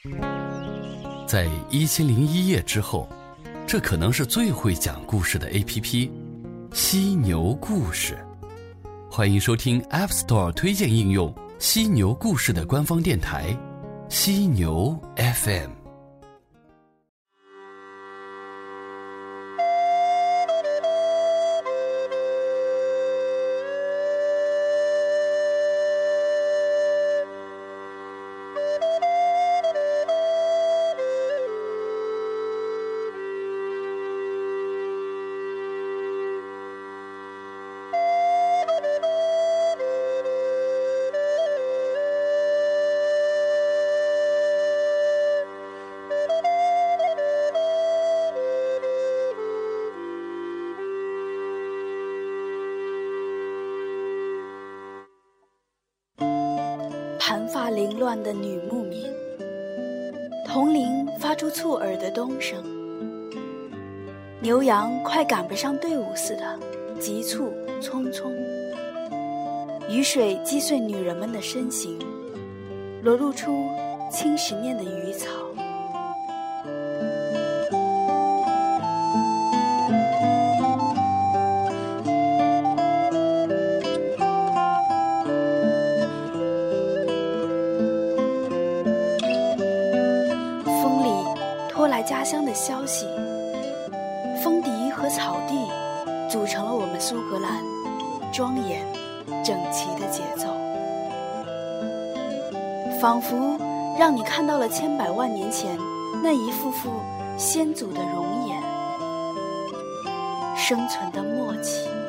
在1001夜之后，这可能是最会讲故事的 APP 犀牛故事。欢迎收听 App Store 推荐应用犀牛故事的官方电台犀牛 FM。 盘发凌乱的女牧民，铜铃发出刺耳的咚声，牛羊快赶不上队伍似的急促匆匆，雨水击碎女人们的身形，裸露出青石面的鱼草。拖来家乡的消息，风笛和草地组成了我们苏格兰庄严整齐的节奏，仿佛让你看到了千百万年前那一幅幅先祖的容颜，生存的默契。